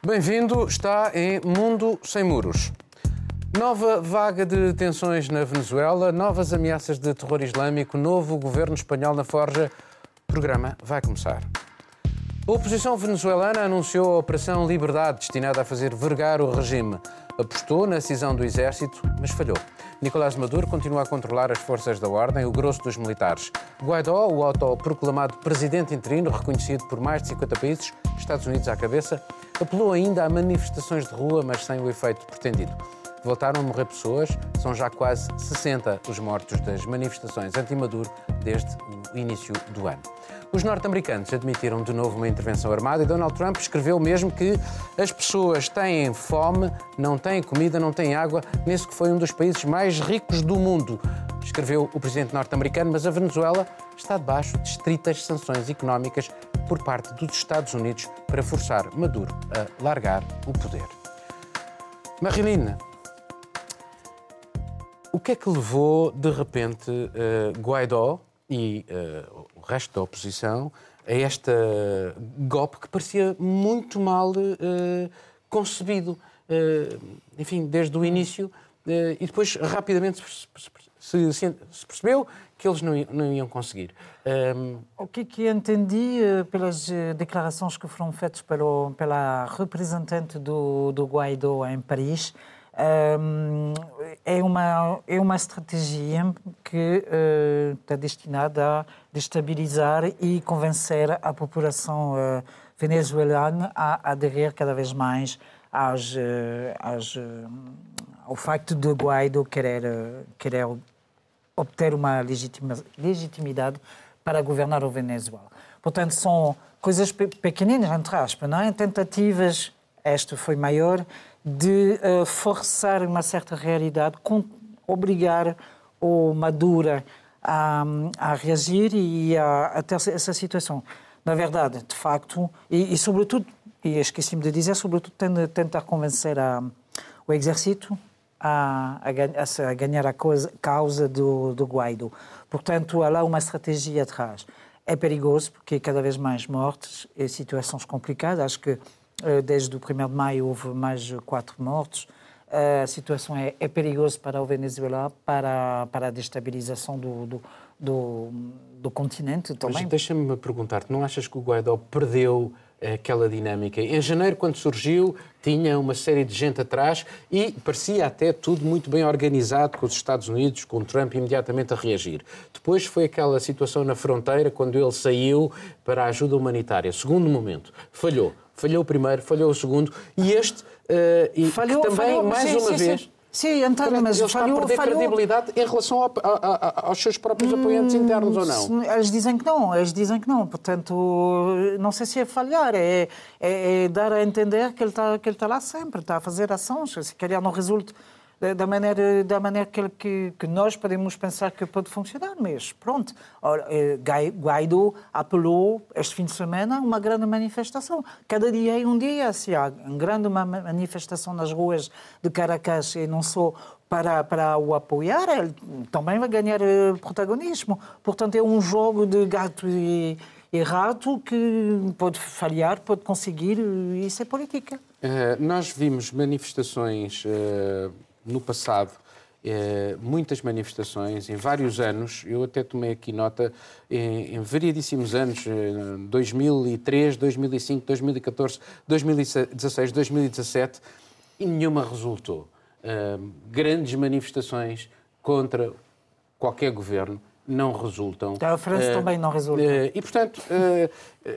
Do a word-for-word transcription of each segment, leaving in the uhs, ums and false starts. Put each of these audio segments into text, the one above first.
Bem-vindo, está em Mundo Sem Muros. Nova vaga de tensões na Venezuela, novas ameaças de terror islâmico, novo governo espanhol na forja. O programa vai começar. A oposição venezuelana anunciou a Operação Liberdade, destinada a fazer vergar o regime. Apostou na cisão do exército, mas falhou. Nicolás Maduro continua a controlar as forças da ordem, o grosso dos militares. Guaidó, o autoproclamado presidente interino, reconhecido por mais de cinquenta países, Estados Unidos à cabeça, apelou ainda a manifestações de rua, mas sem o efeito pretendido. Voltaram a morrer pessoas, são já quase sessenta os mortos das manifestações anti-Maduro desde o início do ano. Os norte-americanos admitiram de novo uma intervenção armada e Donald Trump escreveu mesmo que as pessoas têm fome, não têm comida, não têm água, nesse que foi um dos países mais ricos do mundo. Escreveu o presidente norte-americano, mas a Venezuela está debaixo de estritas sanções económicas por parte dos Estados Unidos para forçar Maduro a largar o poder. Marilyn, o que é que levou, de repente, uh, Guaidó e uh, o resto da oposição a este golpe que parecia muito mal uh, concebido, uh, enfim, desde o início, uh, e depois rapidamente se, se, se percebeu que eles não, não iam conseguir. Um... O que, que entendi uh, pelas uh, declarações que foram feitas pelo, pela representante do, do Guaidó em Paris, Um, é, uma, é uma estratégia que uh, está destinada a destabilizar e convencer a população uh, venezuelana a aderir cada vez mais às, uh, às, uh, ao facto de Guaidó querer, uh, querer obter uma legitima, legitimidade para governar o Venezuela. Portanto, são coisas pe- pequeninas, entre aspas, não é? Tentativas, esta foi maior, de uh, forçar uma certa realidade, com, obrigar o Maduro a, a reagir e a, a ter essa situação. Na verdade, de facto, e, e sobretudo, e esqueci-me de dizer, sobretudo tentar convencer a, o exército a, a, a ganhar a causa, causa do, do Guaidó. Portanto, há lá uma estratégia atrás. É perigoso, porque cada vez mais mortes e situações complicadas. Acho que desde o primeiro de maio houve mais de quatro mortos. A situação é, é perigosa para o Venezuela, para, para a destabilização do, do, do, do continente também. Mas deixa-me perguntar-te, não achas que o Guaidó perdeu aquela dinâmica? Em janeiro, quando surgiu, tinha uma série de gente atrás e parecia até tudo muito bem organizado com os Estados Unidos, com Trump imediatamente a reagir. Depois foi aquela situação na fronteira, quando ele saiu para a ajuda humanitária. Segundo momento, falhou. Falhou o primeiro, falhou o segundo e este, uh, e falhou, também, falhou, mais sim, uma sim, vez... Sim. Sim, António, mas ele falhou, está a perder falhou. credibilidade em relação ao, a, a, aos seus próprios hum, apoiantes internos ou não? Eles dizem que não, eles dizem que não. Portanto, não sei se é falhar, é, é, é dar a entender que ele está que ele está lá sempre, está a fazer ações, se calhar não resulta da maneira, da maneira que, que, que nós podemos pensar que pode funcionar, mas pronto. Guaidó apelou este fim de semana a uma grande manifestação. Cada dia é um dia, se há uma grande manifestação nas ruas de Caracas e não só para, para o apoiar, ele também vai ganhar protagonismo. Portanto, é um jogo de gato e, e rato que pode falhar, pode conseguir, e isso é política. Uh, nós vimos manifestações... Uh... no passado, eh, muitas manifestações, em vários anos, eu até tomei aqui nota, em, em variedíssimos anos, eh, dois mil e três, dois mil e cinco, dois mil e catorze, dois mil e dezasseis, dois mil e dezassete, e nenhuma resultou. Eh, grandes manifestações contra qualquer governo não resultam. A França eh, também não resulta. Eh, e, portanto, eh,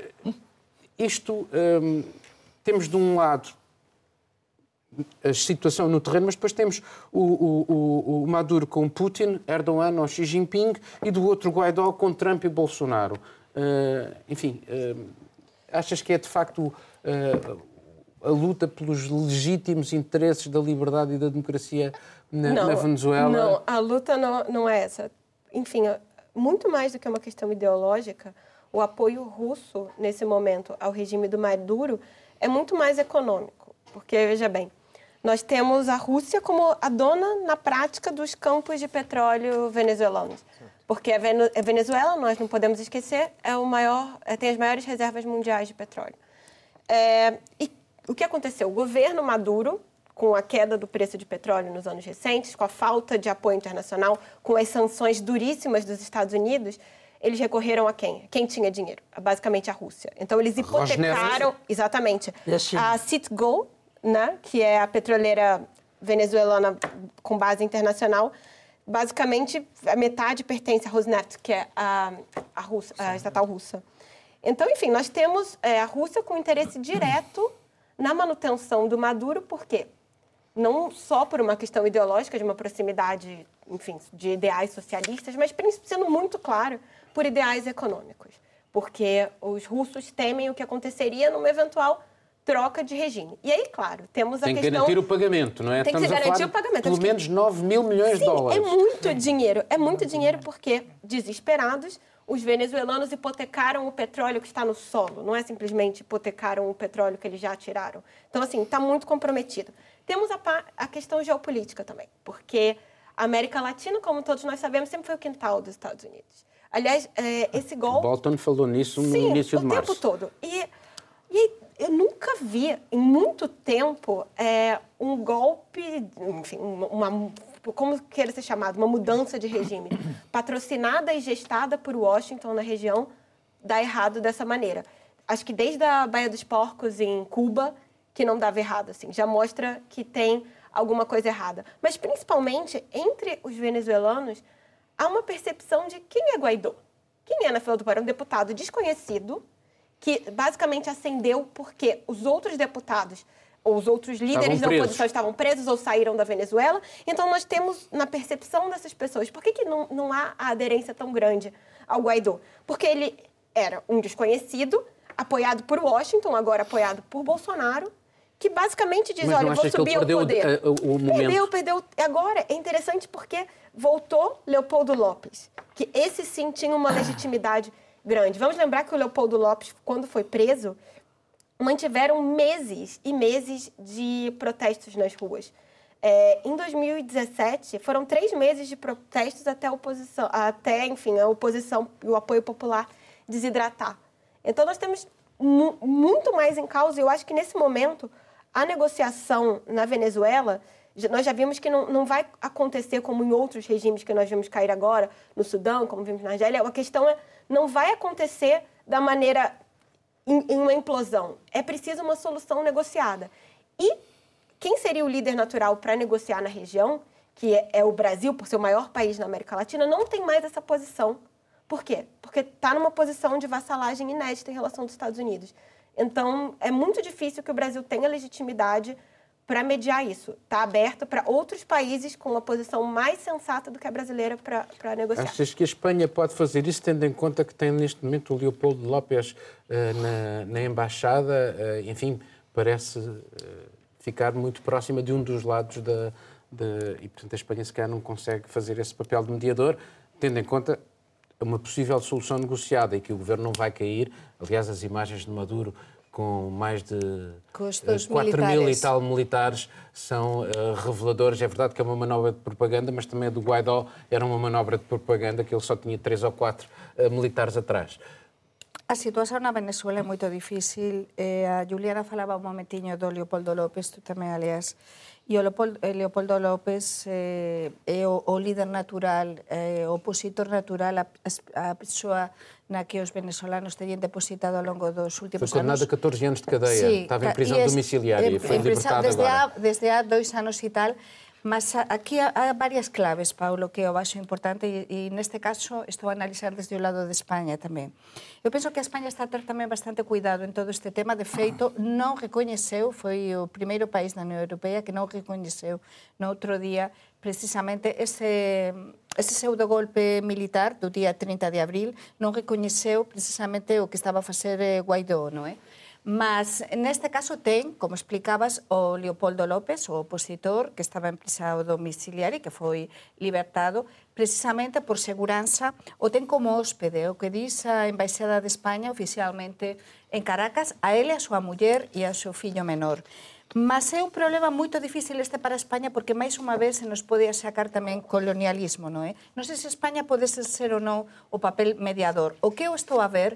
isto, eh, temos de um lado a situação no terreno, mas depois temos o, o, o, o Maduro com Putin, Erdogan ou Xi Jinping e do outro Guaidó com Trump e Bolsonaro. Uh, enfim, uh, achas que é de facto uh, a luta pelos legítimos interesses da liberdade e da democracia na, não, na Venezuela? Não, a luta não, não é essa. Enfim, muito mais do que uma questão ideológica, o apoio russo, nesse momento, ao regime do Maduro é muito mais econômico. Porque, veja bem, nós temos a Rússia como a dona, na prática, dos campos de petróleo venezuelanos. Porque a Venezuela, nós não podemos esquecer, é o maior, tem as maiores reservas mundiais de petróleo. É, e o que aconteceu? O governo Maduro, com a queda do preço de petróleo nos anos recentes, com a falta de apoio internacional, com as sanções duríssimas dos Estados Unidos, eles recorreram a quem? Quem tinha dinheiro? Basicamente a Rússia. Então, eles hipotecaram... Exatamente. A Citgo, né, que é a petroleira venezuelana com base internacional, basicamente, a metade pertence à Rosneft, que é a, a, Rússia, a estatal russa. Então, enfim, nós temos é, a Rússia com interesse direto na manutenção do Maduro, por quê? Não só por uma questão ideológica, de uma proximidade, enfim, de ideais socialistas, mas sendo muito claro, por ideais econômicos. Porque os russos temem o que aconteceria numa eventual troca de regime. E aí, claro, temos a tem questão... Tem que garantir o pagamento, não é? Tem que Estamos garantir a o pagamento. Pelo menos que... nove mil milhões Sim, de dólares. é muito dinheiro. É muito dinheiro porque, desesperados, os venezuelanos hipotecaram o petróleo que está no solo. Não é simplesmente hipotecaram o petróleo que eles já tiraram. Então, assim, está muito comprometido. Temos a, a questão geopolítica também, porque a América Latina, como todos nós sabemos, sempre foi o quintal dos Estados Unidos. Aliás, é, esse golpe... Bolton falou nisso no Sim, início de março. o tempo todo. E, e eu nunca vi, em muito tempo, é, um golpe, enfim, uma, como queira ser chamado, uma mudança de regime, patrocinada e gestada por Washington na região, dar errado dessa maneira. Acho que desde a Baía dos Porcos, em Cuba, que não dava errado, assim, já mostra que tem alguma coisa errada. Mas, principalmente, entre os venezuelanos, há uma percepção de quem é Guaidó. Quem é na fila do pão? Um deputado desconhecido, que basicamente ascendeu porque os outros deputados, ou os outros líderes da oposição estavam presos ou saíram da Venezuela. Então, nós temos, na percepção dessas pessoas, por que, que não, não há a aderência tão grande ao Guaidó? Porque ele era um desconhecido, apoiado por Washington, agora apoiado por Bolsonaro, que basicamente diz, olha, vou subir ao poder. O, o, o perdeu, perdeu. Agora, é interessante porque voltou Leopoldo Lopes, que esse sim tinha uma legitimidade grande. Vamos lembrar que o Leopoldo Lopes, quando foi preso, mantiveram meses e meses de protestos nas ruas. É, em dois mil e dezessete, foram três meses de protestos até a oposição, até, enfim, a oposição e o apoio popular desidratar. Então, nós temos mu- muito mais em causa, e eu acho que, nesse momento, a negociação na Venezuela, nós já vimos que não, não vai acontecer como em outros regimes que nós vimos cair agora, no Sudão, como vimos na Argélia. A questão é, não vai acontecer da maneira, em, em uma implosão. É preciso uma solução negociada. E quem seria o líder natural para negociar na região, que é, é o Brasil, por ser o maior país na América Latina, não tem mais essa posição. Por quê? Porque está numa posição de vassalagem inédita em relação aos Estados Unidos. Então, é muito difícil que o Brasil tenha legitimidade para mediar isso. Está aberto para outros países com uma posição mais sensata do que a brasileira para negociar. Achas que a Espanha pode fazer isso, tendo em conta que tem neste momento o Leopoldo Lopes uh, na, na embaixada? Uh, enfim, parece uh, ficar muito próxima de um dos lados da... De, e, portanto, a Espanha, se calhar, não consegue fazer esse papel de mediador, tendo em conta uma possível solução negociada e que o governo não vai cair. Aliás, as imagens de Maduro com mais de quatro mil e tal militares são uh, reveladoras. É verdade que é uma manobra de propaganda, mas também a do Guaidó era uma manobra de propaganda, que ele só tinha três ou quatro uh, militares atrás. A situação na Venezuela é muito difícil. Eh, a Juliana falava um momentinho do Leopoldo López, tu também, aliás. E o Leopoldo, Leopoldo López eh, é o, o líder natural, eh, o opositor natural, a, a pessoa na que os venezuelanos teriam depositado ao longo dos últimos anos. Foi condenado a catorze anos de cadeia, sí, estava em prisão domiciliária e foi libertado desde agora. Há, desde há dois anos e tal. Mas aquí há varias claves, Paulo, que eu acho importante e, e neste caso estou a analisar desde o lado de España tamén. Eu penso que a España está a ter tamén bastante cuidado en todo este tema. De feito, non recoñeceu, foi o primeiro país da Unión Europea que non recoñeceu no outro día precisamente ese, ese pseudogolpe militar do día trinta de abril, non recoñeceu precisamente o que estaba a facer Guaidó, non é? Mas, neste caso, ten, como explicabas, o Leopoldo López, o opositor, que estaba en prisión domiciliaria e que foi libertado, precisamente por seguranza, o ten como hóspede, o que diz a Embaixada de España oficialmente en Caracas, a ele, a súa muller e ao seu fillo menor. Mas é un problema moito difícil este para España porque máis unha vez se nos pode sacar tamén colonialismo, non é? Non sei se España pode ser ou non o papel mediador. O que eu estou a ver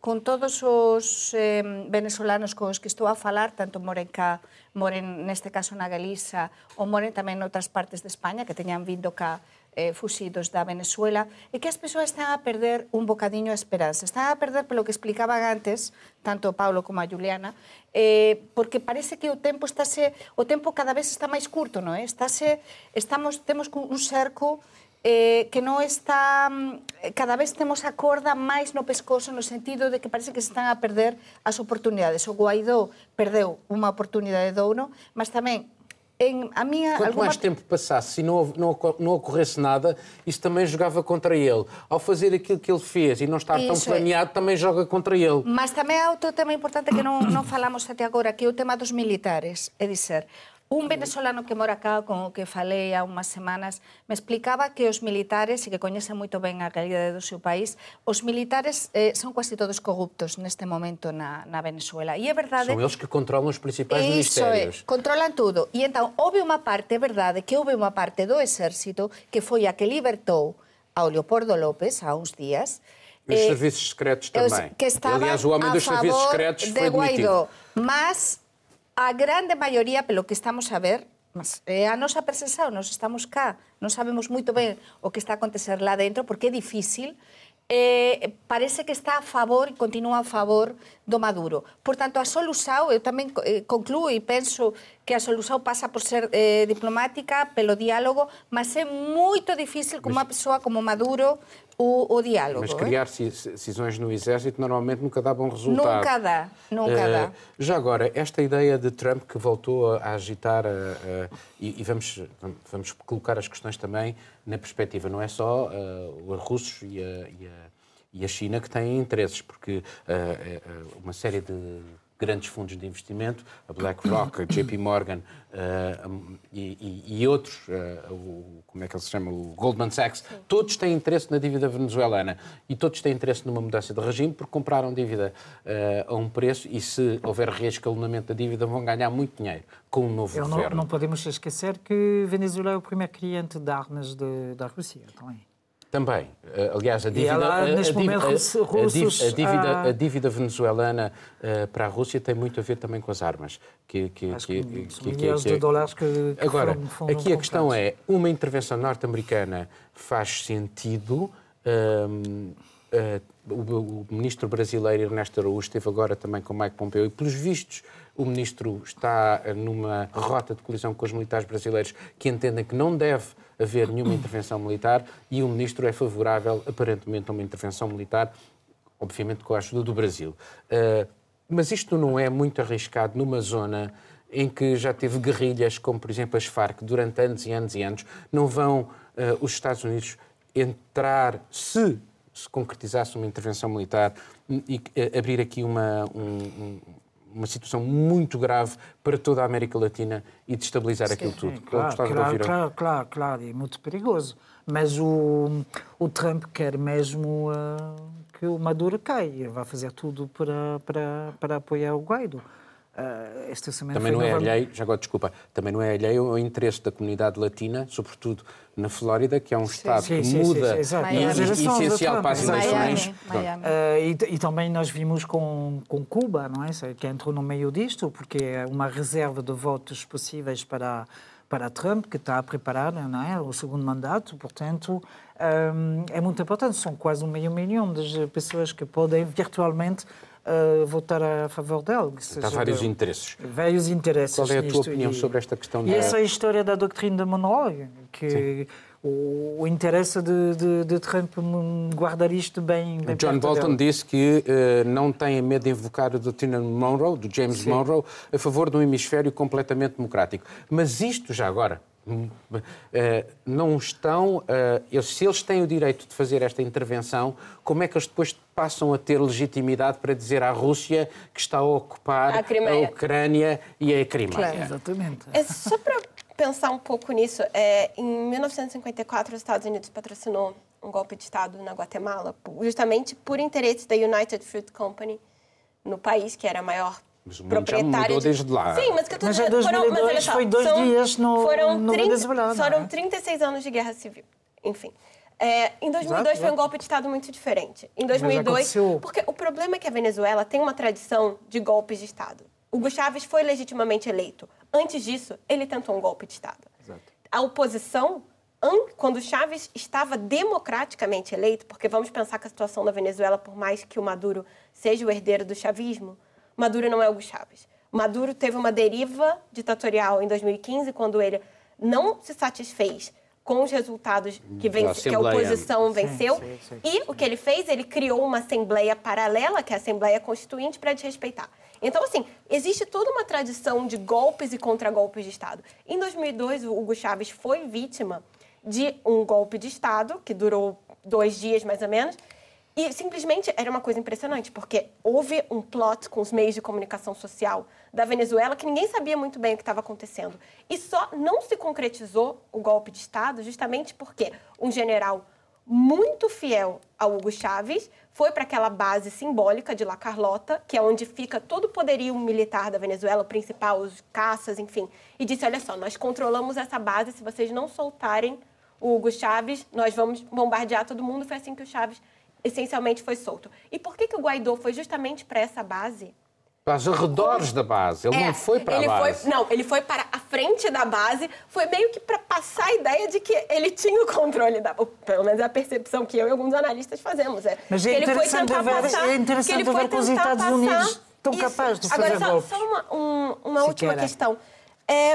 con todos os eh, venezolanos con os que estou a falar, tanto moren cá, moren neste caso na Galiza, ou moren tamén noutras partes de España, que teñan vindo cá eh, fuxidos da Venezuela, e que as persoas están a perder un bocadiño a esperanza. Están a perder, pelo que explicaban antes, tanto o Paulo como a Juliana, eh, porque parece que o tempo estáse, o tempo cada vez está máis curto, non é? Estáse, estamos, temos un cerco eh, que non está, cada vez temos a corda máis no pescozo, no sentido de que parece que se están a perder as oportunidades. O Guaidó perdeu unha oportunidade de ouro, mas tamén em, a minha... Quanto alguma... mais tempo passasse e não, não, não ocorresse nada, isso também jogava contra ele. Ao fazer aquilo que ele fez e não estar tão Isso planeado, é. também joga contra ele. Mas tamén há outro tema importante que non, non falamos até agora, que é o tema dos militares. É dizer, un venezolano que mora cá, con o que falei há unhas semanas, me explicaba que os militares, e que coñecen moito ben a realidade do seu país, os militares eh, son quase todos corruptos neste momento na, na Venezuela. E é verdade... São eles que controlam os principais Isso ministérios. É, controlan tudo. E então, houve unha parte, é verdade, que houve unha parte do exército que foi a que libertou ao Leopoldo López há uns días. E os eh, serviços secretos também. Que estaban Aliás, o homem dos serviços secretos foi demitido. Mas a grande maioría, pelo que estamos a ver, mas é a nosa percepción, nós estamos cá, non sabemos moito ben o que está a acontecer lá dentro, porque é difícil, eh, parece que está a favor e continúa a favor do Maduro. Por tanto, a solución, eu tamén eh, concluo e penso que a solución pasa por ser eh, diplomática, pelo diálogo, mas é moito difícil con unha persoa como Maduro o, o diálogo. Mas criar eh? cisões no exército normalmente nunca dá bom resultado. Nunca dá, nunca uh, dá. Já agora, esta ideia de Trump que voltou a, a agitar, uh, uh, e, e vamos, vamos colocar as questões também na perspectiva, não é só uh, os russos e a, e, a, e a China que têm interesses, porque uh, uh, uma série de grandes fundos de investimento, a BlackRock, a J P Morgan uh, um, e, e outros, uh, o, como é que ele se chama, o Goldman Sachs, todos têm interesse na dívida venezuelana e todos têm interesse numa mudança de regime porque compraram dívida uh, a um preço e se houver reescalonamento da dívida vão ganhar muito dinheiro com um novo Eu governo. Não, não podemos esquecer que Venezuela é o primeiro cliente de armas de, da Rússia também. Também. Aliás, a dívida, lá, a, a, neste momento, a, russos, a, dívida, ah... a dívida venezuelana uh, para a Rússia tem muito a ver também com as armas. Que, que, Acho que, que, que, milhões que, de dólares que, que Agora, foram, foram aqui a questão comprados. é, uma intervenção norte-americana faz sentido. Um, uh, o, o ministro brasileiro Ernesto Araújo esteve agora também com Mike Pompeo e, pelos vistos, o ministro está numa rota de colisão com os militares brasileiros que entendem que não deve haver nenhuma intervenção militar e o ministro é favorável, aparentemente, a uma intervenção militar, obviamente com a ajuda do Brasil. Uh, mas isto não é muito arriscado numa zona em que já teve guerrilhas, como, por exemplo, as Farc, durante anos e anos e anos. Não vão uh, os Estados Unidos entrar, se se concretizasse uma intervenção militar, e uh, abrir aqui uma... Um, um, uma situação muito grave para toda a América Latina e destabilizar Sim, aquilo tudo. Claro, claro, claro, claro, claro, é muito perigoso. Mas o, o Trump quer mesmo uh, que o Maduro caia. Vai fazer tudo para, para, para apoiar o Guaidó. Uh, esta semana também não é nova... alheio, já agora desculpa, também não é alheio ao interesse da comunidade latina, sobretudo na Flórida, que é um sim, estado sim, que sim, muda sim, e é essencial para as eleições. Miami. Uh, e, e também nós vimos com, com Cuba, não é? Que entrou no meio disto, porque é uma reserva de votos possíveis para, para Trump, que está a preparar, não é? O segundo mandato, portanto, um, é muito importante. São quase um meio milhão de pessoas que podem virtualmente Uh, votar a favor dele. Há vários de, interesses. Vários interesses. Qual é a tua nisto. opinião e, sobre esta questão? E da... essa é a história da doutrina de Monroe, que o, o interesse de, de, de Trump guardar isto bem, bem John Bolton dele. disse que uh, não tem medo de invocar a doutrina de Monroe, do James Sim. Monroe, a favor de um hemisfério completamente democrático. Mas isto, já agora, Uh, não estão, uh, se eles têm o direito de fazer esta intervenção, como é que eles depois passam a ter legitimidade para dizer à Rússia que está a ocupar a, a Ucrânia e a Crimeia? Claro, exatamente. É só para pensar um pouco nisso, é, em mil novecentos e cinquenta e quatro os Estados Unidos patrocinou um golpe de Estado na Guatemala, justamente por interesse da United Fruit Company no país, que era a maior Mas o mundo já mudou de... desde lá. Sim, mas que eu estou dizendo... Mas em dois mil e dois foi dois são, dias no, foram no trinta, Venezuela. Foram trinta e seis anos de guerra civil. Enfim. É, em dois mil e dois Exato, foi um exato. golpe de Estado muito diferente. Em dois mil e dois, aconteceu. porque o problema é que a Venezuela tem uma tradição de golpes de Estado. Hugo Chávez foi legitimamente eleito. Antes disso, ele tentou um golpe de Estado. Exato. A oposição, quando Chávez estava democraticamente eleito, porque vamos pensar que a situação da Venezuela, por mais que o Maduro seja o herdeiro do chavismo, Maduro não é Hugo Chávez. Maduro teve uma deriva ditatorial em dois mil e quinze, quando ele não se satisfez com os resultados que, vence, que a oposição venceu. Sim, sim, sim. E o que ele fez? Ele criou uma assembleia paralela, que é a Assembleia Constituinte, para desrespeitar. Então, assim, existe toda uma tradição de golpes e contragolpes de Estado. Em dois mil e dois, o Hugo Chávez foi vítima de um golpe de Estado, que durou dois dias, mais ou menos, e simplesmente era uma coisa impressionante, porque houve um plot com os meios de comunicação social da Venezuela que ninguém sabia muito bem o que estava acontecendo. E só não se concretizou o golpe de Estado justamente porque um general muito fiel ao Hugo Chávez foi para aquela base simbólica de La Carlota, que é onde fica todo o poderio militar da Venezuela, o principal, os caças, enfim, e disse, olha só, nós controlamos essa base, se vocês não soltarem o Hugo Chávez, nós vamos bombardear todo mundo. Foi assim que o Chávez essencialmente foi solto. E por que, que o Guaidó foi justamente para essa base? Para os arredores da base. Ele É, não foi para ele a base. Foi, não, ele foi para a frente da base. Foi meio que para passar a ideia de que ele tinha o controle da... Pelo menos é a percepção que eu e alguns analistas fazemos. É, Mas é que ele foi interessante tentar ver- passar, é interessante que ele foi ver que os tentar Estados passar Unidos estão isso. capazes de fazer Agora, só, golpes. só uma, um, uma Se última querem. questão. É,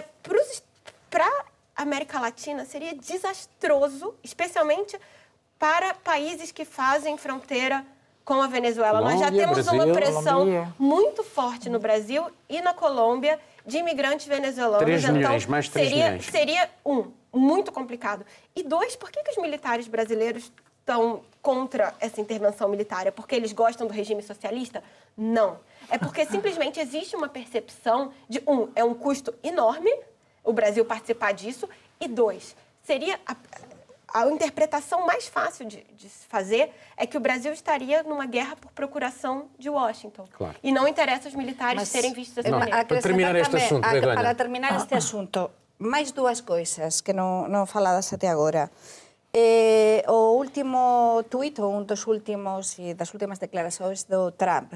para a América Latina, seria desastroso, especialmente para países que fazem fronteira com a Venezuela. Nós já Colômbia, temos Brasil. uma pressão Colômbia. muito forte no Brasil e na Colômbia de imigrantes venezuelanos. Três então, milhões, mais três seria, milhões. seria, um, muito complicado. E dois, por que, que os militares brasileiros estão contra essa intervenção militar? É porque eles gostam do regime socialista? Não. É porque simplesmente existe uma percepção de, um, é um custo enorme o Brasil participar disso, e dois, seria... A, a interpretação mais fácil de, de se fazer é que o Brasil estaria numa guerra por procuração de Washington. Claro. E não interessa os militares Mas, serem vistos dessa Não, maneira. para terminar este Acrescentar assunto, tamén, a- Begoña. Para terminar este asunto, máis dúas coisas que non, non faladas até agora. Eh, o último tuit, ou un dos últimos e das últimas declaracións do Trump,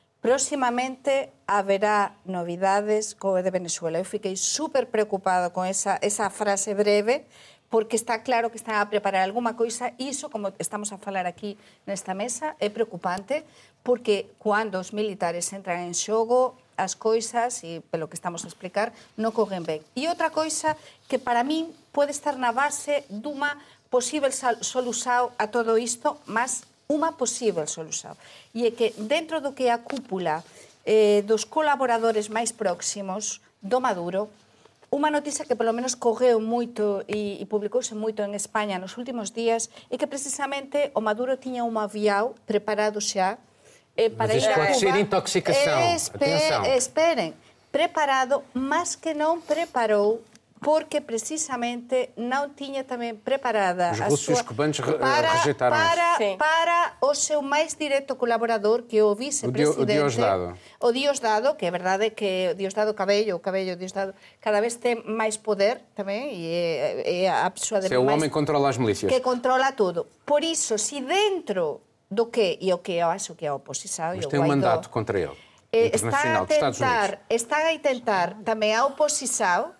próximamente haberá novidades co de Venezuela. Eu fiquei super preocupada con esa, esa frase breve, porque está claro que están a preparar alguma coisa. Iso, como estamos a falar aquí nesta mesa, é preocupante, porque cando os militares entran en xogo, as coisas, e pelo que estamos a explicar, non corren ben. E outra coisa que para min pode estar na base dunha posible solución a todo isto, mas unha posible solución. E é que dentro do que é a cúpula eh, dos colaboradores máis próximos do Maduro, unha noticia que pelo menos correu moito e, e publicouse moito en España nos últimos días é que precisamente o Maduro tiña un avião preparado xa eh, para Mas ir isto a pode Cuba. ser intoxicação. Atenção. Esperen, preparado, mas que non preparou porque precisamente non tiña tamén preparada Os a russos e os súa... cubanos re- para, rejeitaron para, isso. Sim. para o seu máis directo colaborador, que é o O vicepresidente... Dio- o Diosdado. O Diosdado, que é verdade que o Diosdado Cabello, o Cabello Diosdado, cada vez ten máis poder tamén, e é, é a persoa de Se é o máis... homem que controla as milícias. que controla tudo. Por iso, si dentro do que, e o que eu acho que é a oposição... Mas e o tem um Guaidó, mandato contra ele. eh, está Internacional a dos Estados tentar, Unidos. está a tentar tamén a oposição,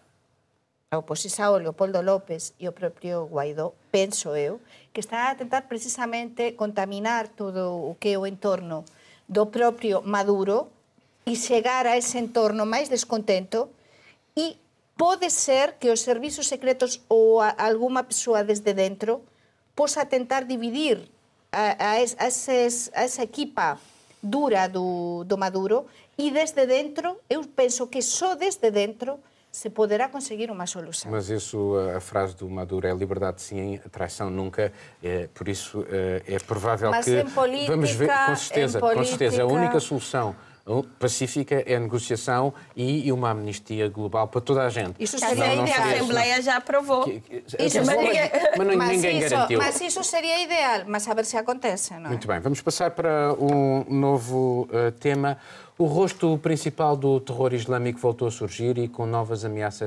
a oposição, o Leopoldo López e o propio Guaidó, penso eu, que está a tentar precisamente contaminar todo o que é o entorno do propio Maduro e chegar a ese entorno máis descontento, e pode ser que os servizos secretos ou a, alguma persoa desde dentro posa tentar dividir a, a, es, a, eses, a esa equipa dura do, do Maduro, e desde dentro, eu penso que só desde dentro se poderá conseguir uma solução. Mas isso, a frase do Maduro é liberdade sim, traição nunca. É, por isso é, é provável Mas que em política, vamos ver com certeza, em com certeza a política- única solução pacífica é a negociação e, e uma amnistia global para toda a gente. Isso Que a seria Não, não a ideal. se- Assembleia já aprovou. Que- que- Isso mas seria- ninguém- mas não- mas ninguém isso, garantiu. Mas isso seria ideal, mas a ver se acontece, não é? Muito bem, vamos passar para um novo uh, tema. O rosto principal do terror islâmico voltou a surgir e com novas ameaças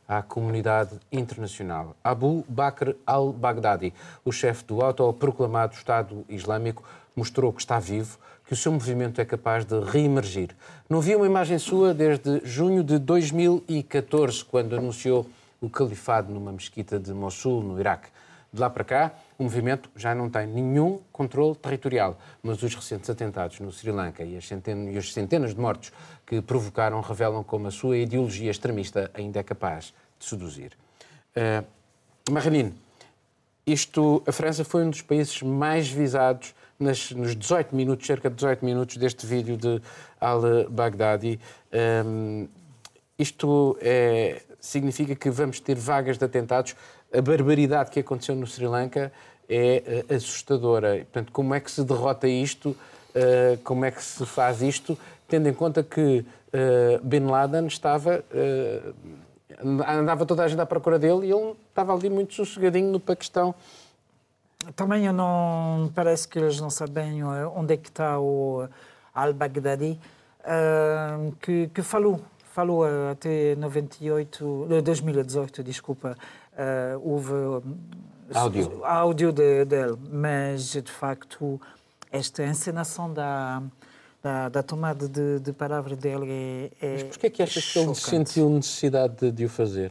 à comunidade internacional. Abu Bakr al-Baghdadi, o chefe do autoproclamado Estado Islâmico, mostrou que está vivo, que o seu movimento é capaz de reemergir. Não vi uma imagem sua desde junho de dois mil e catorze, quando anunciou o califado numa mesquita de Mossul, no Iraque. De lá para cá, o movimento já não tem nenhum controle territorial, mas os recentes atentados no Sri Lanka e as centenas, e as centenas de mortos que provocaram revelam como a sua ideologia extremista ainda é capaz de seduzir. Uh, Marilyn, isto, a França foi um dos países mais visados nas, nos dezoito minutos, cerca de dezoito minutos deste vídeo de al-Baghdadi. Um, isto é, significa que vamos ter vagas de atentados. A barbaridade que aconteceu no Sri Lanka é uh, assustadora. Portanto, como é que se derrota isto? Uh, como é que se faz isto? Tendo em conta que uh, Bin Laden estava... Uh, andava toda a gente à procura dele e ele estava ali muito sossegadinho no Paquistão. Também eu não... Parece que eles não sabem onde é que está o al-Baghdadi, uh, que, que falou. Falou até noventa e oito, dois mil e dezoito, desculpa, uh, houve áudio, áudio de, dele, mas de facto esta encenação da, da, da tomada de, de palavra dele é, é Mas porquê é que achas que ele sentiu necessidade de, de o fazer?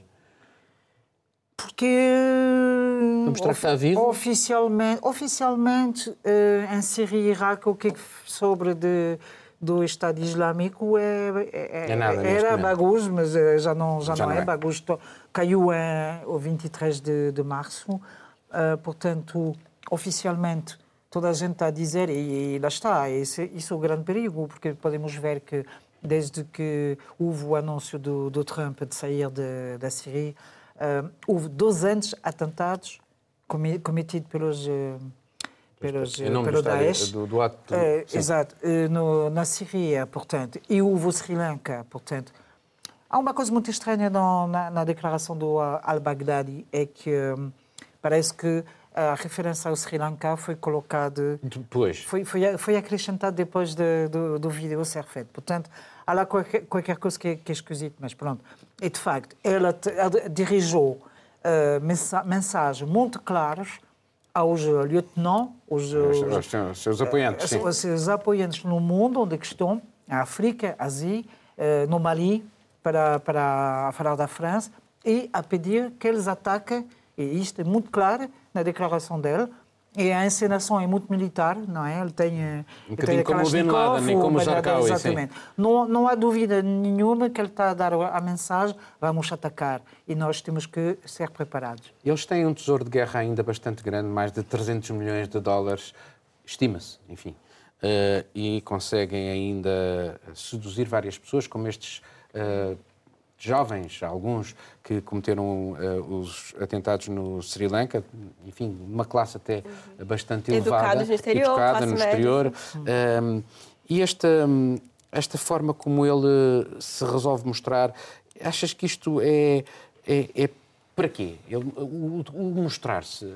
Porque mostrar que está vivo? Oficialmente, oficialmente uh, em Síria e Iraque, o que é que sobre de do Estado Islâmico é, é, é nada, era Baghouz, mas já não, já já não, não é. é. Baghouz caiu em, o vinte e três de, de março. Uh, portanto, oficialmente, toda a gente está a dizer, e, e lá está, isso, isso é o grande perigo, porque podemos ver que desde que houve o anúncio do, do Trump de sair de, da Síria, uh, houve doze atentados cometidos pelos... Uh, pelos, pelo Daesh. Do, do ato de... é, exato, no, na Síria, portanto, e houve o Sri Lanka, portanto. Há uma coisa muito estranha no, na, na declaração do al-Baghdadi, é que um, parece que a referência ao Sri Lanka foi colocada... Depois. Foi, foi, foi acrescentada depois de, do, do vídeo ser feito. Portanto, há lá qualquer, qualquer coisa que é, que é esquisito, mas pronto. E, de facto, ela, ela dirigiu uh, mensa, mensagens muito claras aos lieutenants, aos, aos, aos seus apoiantes, sim. Aos seus apoiantes no mundo onde estão, na África, Ásia, no Mali, para, para falar da França, e a pedir que eles ataquem, e isto é muito claro na declaração dele, e a encenação é muito militar, não é? Ele tem... Um bocadinho como o Bin Laden, nem como o Zarqawi, exatamente. Não, não há dúvida nenhuma que ele está a dar a mensagem, vamos atacar, e nós temos que ser preparados. Eles têm um tesouro de guerra ainda bastante grande, mais de trezentos milhões de dólares, estima-se, enfim, uh, e conseguem ainda seduzir várias pessoas, como estes... Uh, jovens, alguns que cometeram uh, os atentados no Sri Lanka, enfim, uma classe até uhum. bastante elevada, educados no exterior, educada no exterior. Um, e esta, esta forma como ele se resolve mostrar, achas que isto é, é, é para quê? Ele, o, o mostrar-se...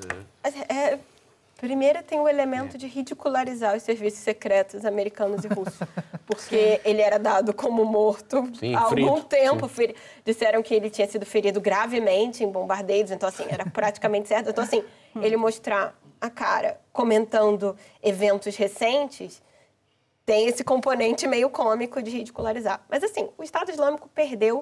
É, primeiro tem o elemento é. de ridicularizar os serviços secretos americanos e russos, porque ele era dado como morto sim, há ferido, algum tempo. Feri... Disseram que ele tinha sido ferido gravemente em bombardeios, então assim, era praticamente certo. Então assim, ele mostrar a cara comentando eventos recentes tem esse componente meio cômico de ridicularizar. Mas assim, o Estado Islâmico perdeu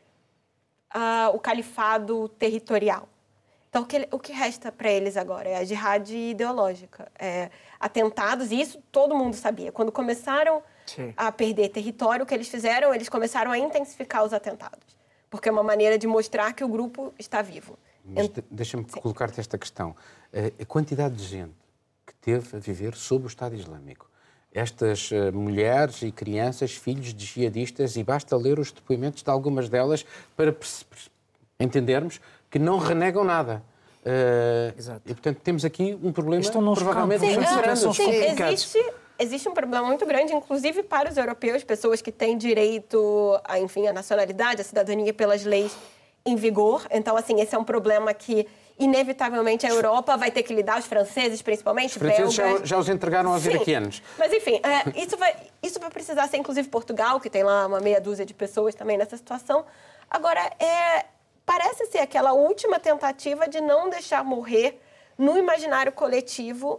uh, o califado territorial. Então, o que, o que resta para eles agora é a jihad ideológica. É, atentados, e isso todo mundo sabia. Quando começaram Sim. a perder território, o que eles fizeram? Eles começaram a intensificar os atentados. Porque é uma maneira de mostrar que o grupo está vivo. Mas Ent... deixa-me colocar-te esta questão. A quantidade de gente que teve a viver sob o Estado Islâmico. Estas uh, mulheres e crianças, filhos de jihadistas, e basta ler os depoimentos de algumas delas para entendermos que não renegam nada. Uh, Exato. E, portanto, temos aqui um problema Estão provavelmente sim, muito grande. Sim, existe, existe um problema muito grande, inclusive para os europeus, pessoas que têm direito a, enfim, a nacionalidade, a cidadania pelas leis em vigor. Então, assim, esse é um problema que, inevitavelmente, a Europa vai ter que lidar, os franceses, principalmente, os franceses belgas. Já, já os entregaram aos iraquianos. Mas, enfim, é, isso, vai, isso vai precisar ser, inclusive, Portugal, que tem lá uma meia dúzia de pessoas também nessa situação. Agora, é... parece ser aquela última tentativa de não deixar morrer no imaginário coletivo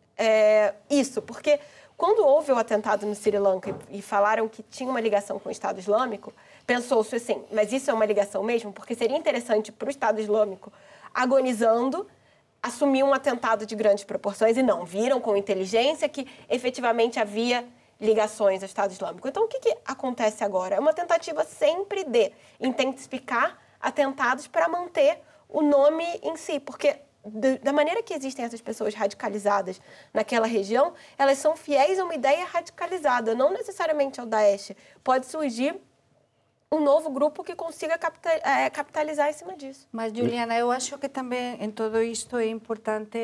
é, isso, porque quando houve o atentado no Sri Lanka e, e falaram que tinha uma ligação com o Estado Islâmico, pensou-se assim, mas isso é uma ligação mesmo? Porque seria interessante para o Estado Islâmico, agonizando, assumir um atentado de grandes proporções, e não, viram com inteligência que efetivamente havia ligações ao Estado Islâmico. Então, o que, que acontece agora? É uma tentativa sempre de intensificar atentados para manter o nome em si, porque da maneira que existem essas pessoas radicalizadas naquela região, elas são fiéis a uma ideia radicalizada, não necessariamente ao Daesh. Pode surgir um novo grupo que consiga capitalizar em cima disso. Mas, Juliana, eu acho que também em tudo isto é importante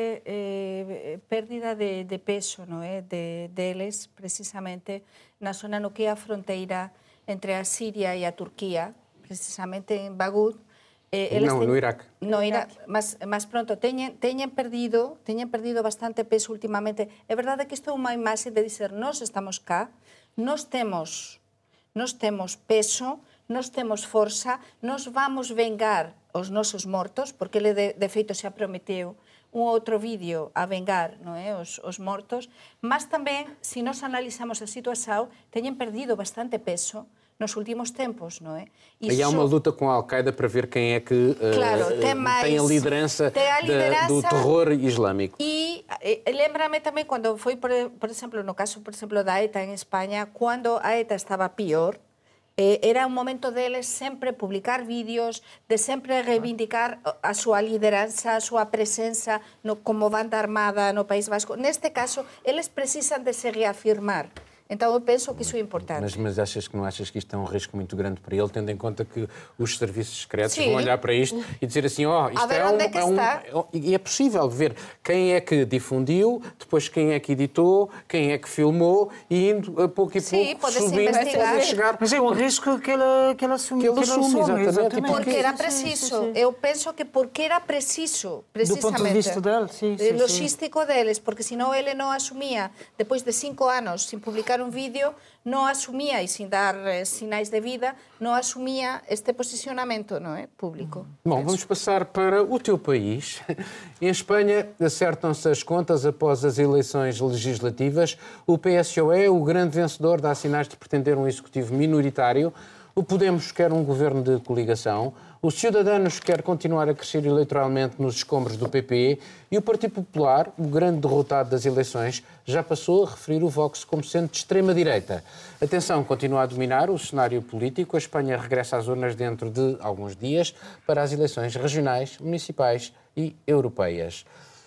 eh, perda de, de peso, não é? De, deles, precisamente, na zona no que é a fronteira entre a Síria e a Turquia, precisamente em Baghuz. Eh, não, ten... no Iraque. No Iraque, mas, mas pronto, teñen, teñen, perdido, teñen perdido bastante peso últimamente. É verdade que isto é unha imaxe de dizer, nós estamos cá, nós temos, nós temos peso, nós temos forza, nós vamos vengar os nosos mortos, porque ele de, de feito xa prometeu un outro vídeo a vengar, non é, os, os mortos, mas tamén, se nós analizamos a situación, teñen perdido bastante peso nos últimos tempos, não é? Aí há uma luta com a Al-Qaeda para ver quem é que uh, claro, tem, mais, tem a liderança, tem a liderança da, do terror islâmico. E, e lembra-me também quando foi, por, por exemplo, no caso, por exemplo, da ETA em Espanha, quando a ETA estava pior, eh, era um momento deles sempre publicar vídeos, de sempre reivindicar a súa liderança, a súa presença no, como banda armada no País Vasco. Neste caso, eles precisam de se reafirmar. Então, eu penso que isso é importante. Mas, mas achas que não achas que isto é um risco muito grande para ele, tendo em conta que os serviços secretos Sim. vão olhar para isto e dizer assim, ó, oh, isto é um, é, que é um... E é possível ver quem é que difundiu, depois quem é que editou, quem é que filmou, e indo a pouco e Sim, pouco subindo para chegar... Mas é um risco que ele, que ele assume. Que ele assume, assume exatamente. exatamente. Porque era preciso. Sim, sim, sim. Eu penso que porque era preciso, precisamente. Do ponto de vista dele, sim, sim, logístico sim. deles, porque senão ele não assumia, depois de cinco anos sem publicar um vídeo, não assumia, e sem dar eh, sinais de vida, não assumia este posicionamento, não é, público. Bom, vamos passar para o teu país. Em Espanha, acertam-se as contas após as eleições legislativas. O P S O E, o grande vencedor, dá sinais de pretender um executivo minoritário. O Podemos quer um governo de coligação. Os Ciudadanos quer continuar a crescer eleitoralmente nos escombros do P P e o Partido Popular, o grande derrotado das eleições, já passou a referir o Vox como sendo de extrema-direita. A tensão continua a dominar o cenário político. A Espanha regressa às urnas dentro de alguns dias para as eleições regionais, municipais e europeias.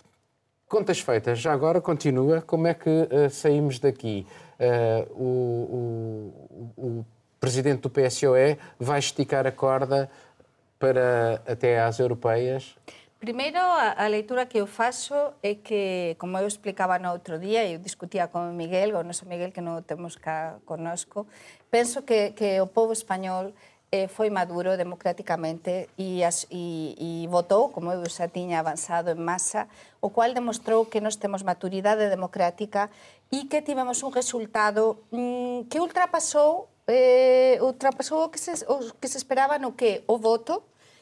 Contas feitas, já agora continua. Como é que uh, saímos daqui? Uh, o, o, o presidente do P S O E vai esticar a corda para até às europeias? Primeiro, a, a leitura que eu faço é que, como eu explicava no outro dia, eu discutia com o Miguel, o nosso Miguel, que não temos cá conosco, penso que, que o povo espanhol eh, foi maduro democraticamente e, as, e, e votou, como eu já tinha avançado em massa, o qual demostrou que nós temos maturidade democrática e que tivemos um resultado hum, que ultrapassou Eh, ultrapassou o que, se, o que se esperaba no que o voto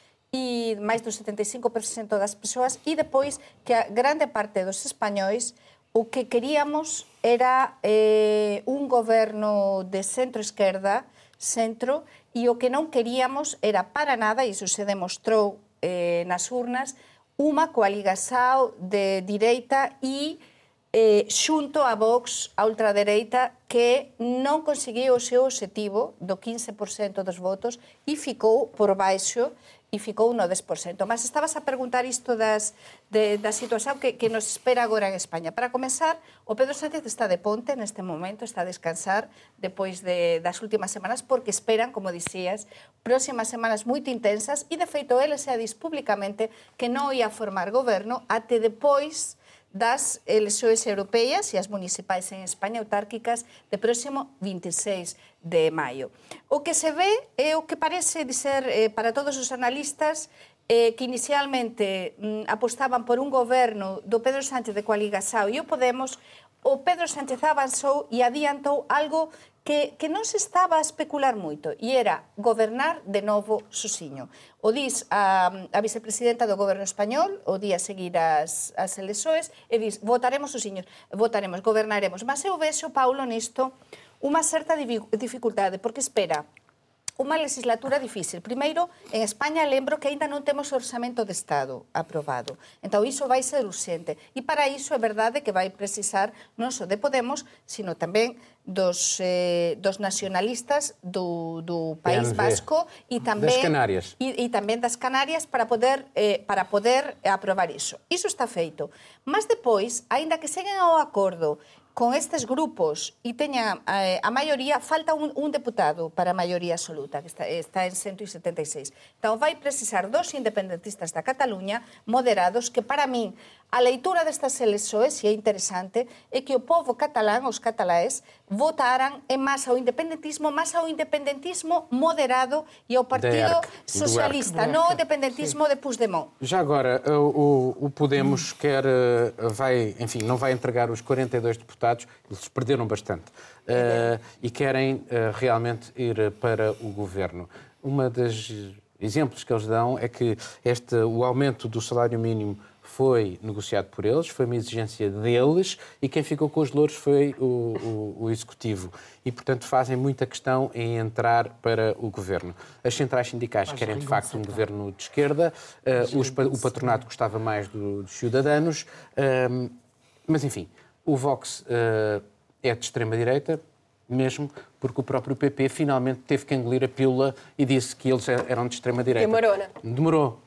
e máis do setenta e cinco por cento das persoas e depois que a grande parte dos españois o que queríamos era eh, un goberno de centro-esquerda, centro, e o que non queríamos era para nada, e iso se demostrou eh, nas urnas, unha coaligação de direita e Eh, xunto a Vox, a ultradereita, que non conseguiu o seu objetivo do quince por cento dos votos e ficou por baixo e ficou no dez por cento. Mas estabas a preguntar isto das, de, da situación que, que nos espera agora en España. Para comenzar, o Pedro Sánchez está de ponte neste momento, está a descansar depois de, das últimas semanas, porque esperan, como dicías, próximas semanas moito intensas e, de feito, ele se ha dito públicamente que non ia formar goberno até depois das eleições europeias e as municipais en España autárquicas de próximo vinte e seis de maio. O que se ve é o que parece dizer eh, para todos os analistas eh, que inicialmente mm, apostaban por un goberno do Pedro Sánchez de coaligação e o Podemos, o Pedro Sánchez avanzou e adiantou algo que, que non se estaba a especular moito, e era gobernar de novo sozinho. O dis a, a vicepresidenta do goberno español, o día seguir as, as eleições, e dis, votaremos sozinhos, votaremos, gobernaremos. Mas eu vexo, Paulo, nisto, unha certa dificultade, porque espera, unha legislatura difícil. Primeiro, en España lembro que aínda non temos orzamento de Estado aprobado. Entón, iso vai ser urxente. E para iso é verdade que vai precisar non só de Podemos, sino tamén dos, eh, dos nacionalistas do, do País Vasco e tamén das Canarias. E, e tamén das Canarias para poder, eh, para poder aprobar iso. Iso está feito. Mas depois, aínda que seguen ao acordo con estes grupos e teña eh, a maioría, falta un, un deputado para a maioría absoluta, que está, está en ciento setenta e seis. Então vai precisar dos independentistas da Cataluña moderados, que para min a leitura destas eleições, e é interesante, é que o povo catalán, os cataláes, votaran en masa ao independentismo, mas ao independentismo moderado e ao Partido Socialista, non ao independentismo de Puigdemont. Já agora, o, o Podemos quer, vai, enfim, não vai entregar os quarenta e dois deputados, eles perderam bastante, uh, e querem uh, realmente ir para o governo. Uma das exemplos que eles dão é que este, o aumento do salário mínimo foi negociado por eles, foi uma exigência deles, e quem ficou com os louros foi o, o, o Executivo. E, portanto, fazem muita questão em entrar para o governo. As centrais sindicais querem, de facto, um governo de esquerda, uh, os, o patronato gostava mais do, dos Ciudadanos, uh, mas, enfim, o Vox uh, é de extrema-direita, mesmo porque o próprio P P finalmente teve que engolir a pílula e disse que eles eram de extrema-direita. Demorou, né? Demorou.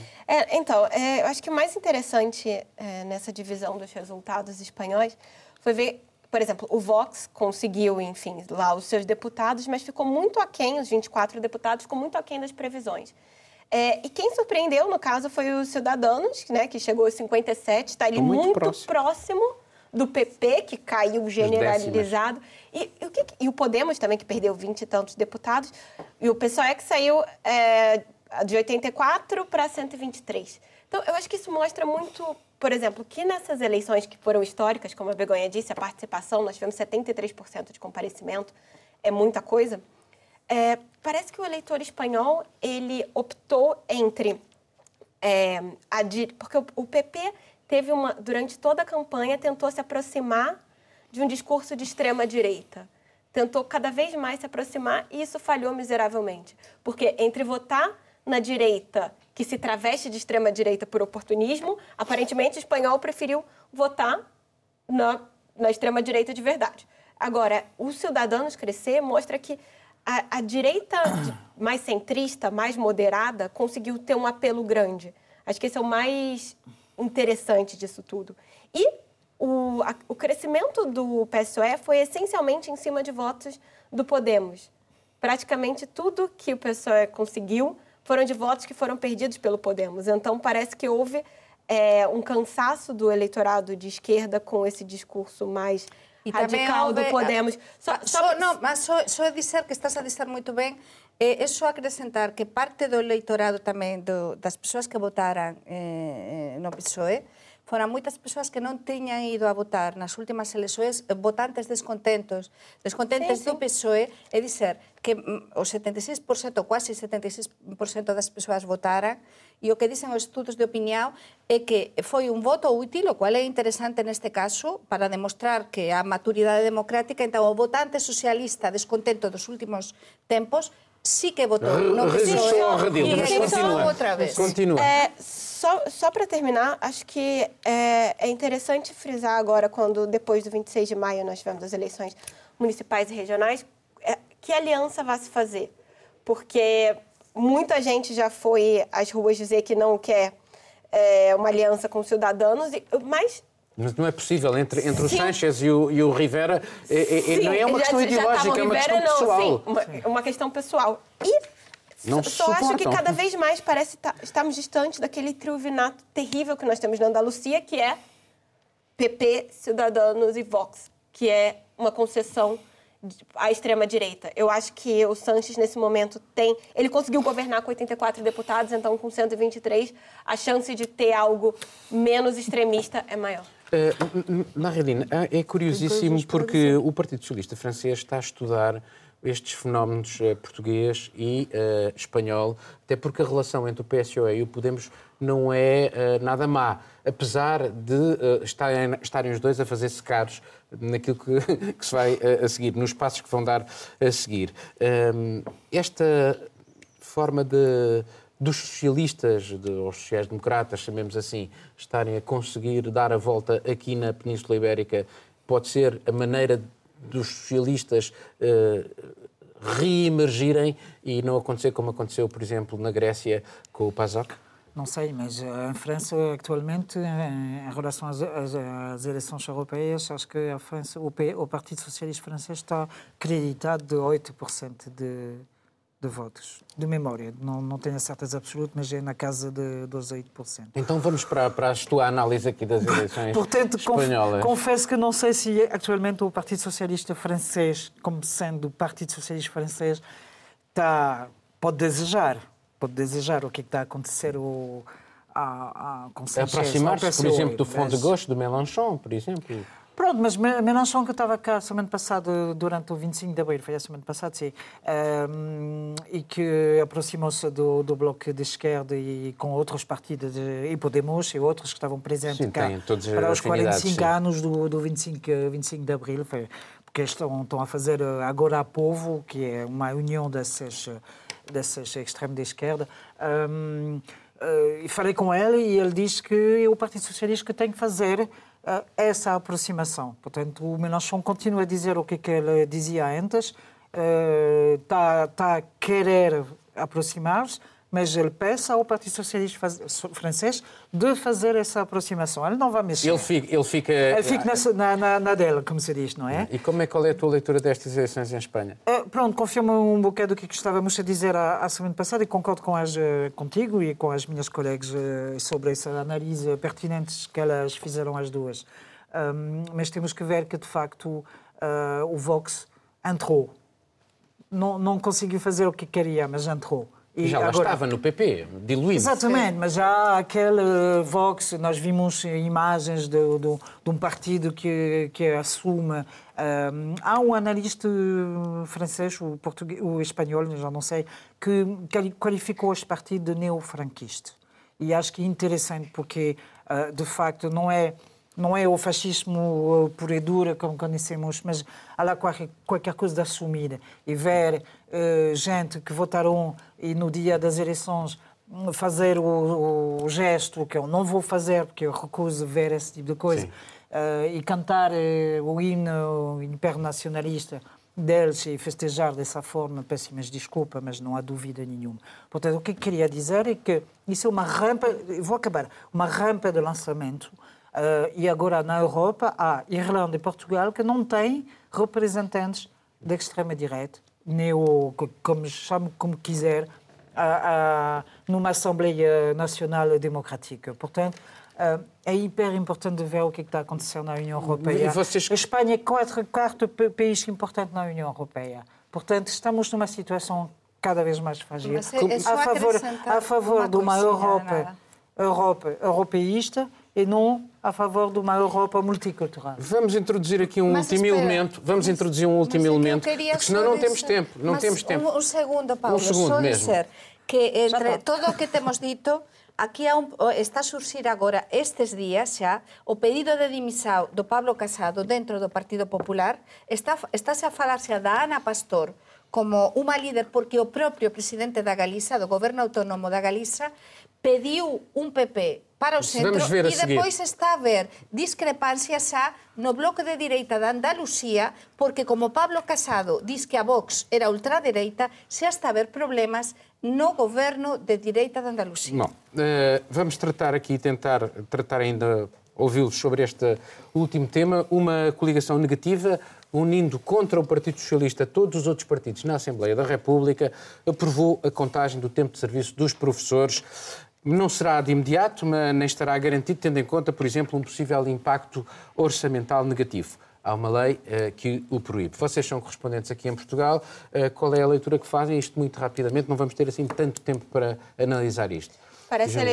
É, então, é, eu acho que o mais interessante é, nessa divisão dos resultados espanhóis foi ver, por exemplo, o Vox conseguiu, enfim, lá os seus deputados, mas ficou muito aquém, os vinte e quatro deputados, ficou muito aquém das previsões. É, e quem surpreendeu, no caso, foi o Ciudadanos, né, que chegou a cinquenta e sete, está ali muito, muito próximo. próximo do P P, que caiu generalizado, e, e, o que, e o Podemos também, que perdeu vinte e tantos deputados, e o P S O E que saiu é, de oitenta e quatro para cento e vinte e três. Então, eu acho que isso mostra muito, por exemplo, que nessas eleições que foram históricas, como a Begonha disse, a participação, nós tivemos setenta e três por cento de comparecimento, é muita coisa, é, parece que o eleitor espanhol, ele optou entre... É, a, porque o, o P P... teve uma, durante toda a campanha, tentou se aproximar de um discurso de extrema-direita. Tentou cada vez mais se aproximar e isso falhou miseravelmente. Porque entre votar na direita, que se traveste de extrema-direita por oportunismo, aparentemente o espanhol preferiu votar na, na extrema-direita de verdade. Agora, o Ciudadanos crescer mostra que a, a direita mais centrista, mais moderada, conseguiu ter um apelo grande. Acho que esse é o mais... interessante disso tudo. E o, a, o crescimento do P S O E foi essencialmente em cima de votos do Podemos. Praticamente tudo que o P S O E conseguiu foram de votos que foram perdidos pelo Podemos. Então, parece que houve é, um cansaço do eleitorado de esquerda com esse discurso mais e radical houve, do Podemos. Só, só, só, não, mas só, só dizer que estás a dizer muito bem, é, é só acrescentar que parte do eleitorado também, do, das pessoas que votaram eh, no P S O E, foram muitas pessoas que não tinham ido a votar nas últimas eleições, votantes descontentos, descontentes sim, sim. do P S O E, é dizer que o setenta e seis por cento, quase setenta e seis por cento das pessoas votaram, e o que dicen os estudos de opinião é que foi un voto útil, o cual é interesante neste caso, para demostrar que a maturidade democrática, então o votante socialista descontento dos últimos tempos, sí que votou no P S O E e regressou outra vez. Continua. É, só só para terminar, acho que é, é interessante frisar agora, quando depois do vinte e seis de maio nós tivemos as eleições municipais e regionais, é, que aliança vai se fazer. Porque muita gente já foi às ruas dizer que não quer é, uma aliança com os Ciudadanos, mas... Mas não é possível, entre, entre o Sánchez e o, e o Rivera, é, é, sim, não é uma já, questão ideológica, é uma Rivera, questão pessoal. Não, sim, uma, uma questão pessoal. E não só, só acho que cada vez mais parece que estamos distantes daquele triunvirato terrível que nós temos na Andalucia, que é P P, Ciudadanos e Vox, que é uma concessão à extrema-direita. Eu acho que o Sánchez, nesse momento, tem... Ele conseguiu governar com oitenta e quatro deputados, então, com cento e vinte e três, a chance de ter algo menos extremista é maior. Uh, Marilyn, é curiosíssimo porque o Partido Socialista francês está a estudar estes fenómenos uh, português e uh, espanhol, até porque a relação entre o P S O E e o Podemos não é uh, nada má, apesar de uh, estarem, estarem os dois a fazer secados naquilo que, que se vai uh, a seguir, nos passos que vão dar a seguir. Um, esta forma de, dos socialistas, de, ou sociais-democratas, chamemos assim, estarem a conseguir dar a volta aqui na Península Ibérica, pode ser a maneira dos socialistas uh, reemergirem e não acontecer como aconteceu, por exemplo, na Grécia com o PASOK? Não sei, mas em França, atualmente, em relação às, às, às eleições europeias, acho que a França, o, P, o Partido Socialista francês está acreditado de oito por cento de, de votos, de memória. Não, não tenho a certeza absoluta, mas é na casa de, dos oito por cento. Então vamos para, para a tua análise aqui das eleições Portanto, espanholas. Confesso que não sei se atualmente o Partido Socialista francês, como sendo o Partido Socialista francês, está, pode desejar, pode desejar o que, é que está a acontecer o, a, a, com Sanchez, aproximar-se, por exemplo, do Front de Gauche, do Mélenchon, por exemplo. Pronto, mas Mélenchon, que eu estava cá semana passada, durante o vinte e cinco de abril, foi a semana passada, sim, um, e que aproximou-se do, do Bloco de Esquerda e com outros partidos, e Podemos e outros que estavam presentes sim, cá para os quarenta e cinco sim. anos do, do vinte e cinco, vinte e cinco de abril, foi, porque estão, estão a fazer agora a Povo, que é uma união desses, desses extremos de esquerda. Um, uh, e falei com ele e ele diz que é o Partido Socialista que tem que fazer Uh, essa aproximação. Portanto, o Mélenchon continua a dizer o que, que ele dizia antes, está uh, tá a querer aproximar-se, mas ele peça ao Partido Socialista faz, francês de fazer essa aproximação. Ele não vai mexer. Ele fica... Ele fica, ele fica nessa, na, na, na dela, como se diz, não é? E como é, qual é a tua leitura destas eleições em Espanha? Uh, pronto, confirmo um bocado o que estávamos a dizer a, a semana passada e concordo com as, uh, contigo e com as minhas colegas uh, sobre essa análise pertinente que elas fizeram as duas. Um, mas temos que ver que, de facto, uh, o Vox entrou. Não, não conseguiu fazer o que queria, mas entrou. E já lá agora estava no P P, diluído. Exatamente, mas já aquele Vox, nós vimos imagens de, de, de um partido que, que assume. Um, há um analista francês, o, português, o espanhol, já não sei, que qualificou este partido de neofranquista. E acho que é interessante porque, uh, de facto, não é... Não é o fascismo puro e duro, como conhecemos, mas há lá qualquer, qualquer coisa de assumida. E ver uh, gente que votaram e no dia das eleições fazer o, o gesto que eu não vou fazer, porque eu recuso ver esse tipo de coisa, uh, e cantar uh, o hino internacionalista deles e festejar dessa forma, peço imensa desculpa, mas não há dúvida nenhuma. Portanto, o que eu queria dizer é que isso é uma rampa, vou acabar, uma rampa de lançamento. Uh, e agora, na Europa, há Irlanda e Portugal que não têm representantes da extrema-direita, nem o, como chame como quiser, a, a, numa Assembleia Nacional Democrática. Portanto, uh, é hiper importante ver o que está acontecendo na União Europeia. Vocês... A Espanha é o quarto país importante na União Europeia. Portanto, estamos numa situação cada vez mais frágil. Mas é, é a favor, a favor de uma Europa, Europa europeísta e não a favor de uma Europa multicultural. Vamos introduzir aqui um mas último espera, elemento. Vamos mas, introduzir um último elemento, porque senão não temos dizer, tempo. Não mas temos tempo. Um, um segundo, Paulo. Um segundo só mesmo. dizer que entre todo o que temos dito, aquí un, está a surxir agora estes días xa o pedido de dimisión do Pablo Casado dentro do Partido Popular. Está, estáse a falarse da Ana Pastor como unha líder porque o propio presidente da Galiza, do Goberno Autónomo da Galiza, pediu un P P para o centro e depois está a haver discrepancias xa no bloque de direita da Andalucía porque como Pablo Casado diz que a Vox era ultradereita, xa está a haver problemas no governo de direita da Andalucía. Bom, uh, vamos tratar aqui, tentar tratar ainda, ouvi-los sobre este último tema, uma coligação negativa unindo contra o Partido Socialista todos os outros partidos na Assembleia da República, aprovou a contagem do tempo de serviço dos professores. Não será de imediato, mas nem estará garantido, tendo em conta, por exemplo, um possível impacto orçamental negativo. Há uma lei uh, que o proíbe. Vocês são correspondentes aqui em Portugal. Uh, qual é a leitura que fazem? Isto muito rapidamente, não vamos ter assim tanto tempo para analisar isto. Parece, ele...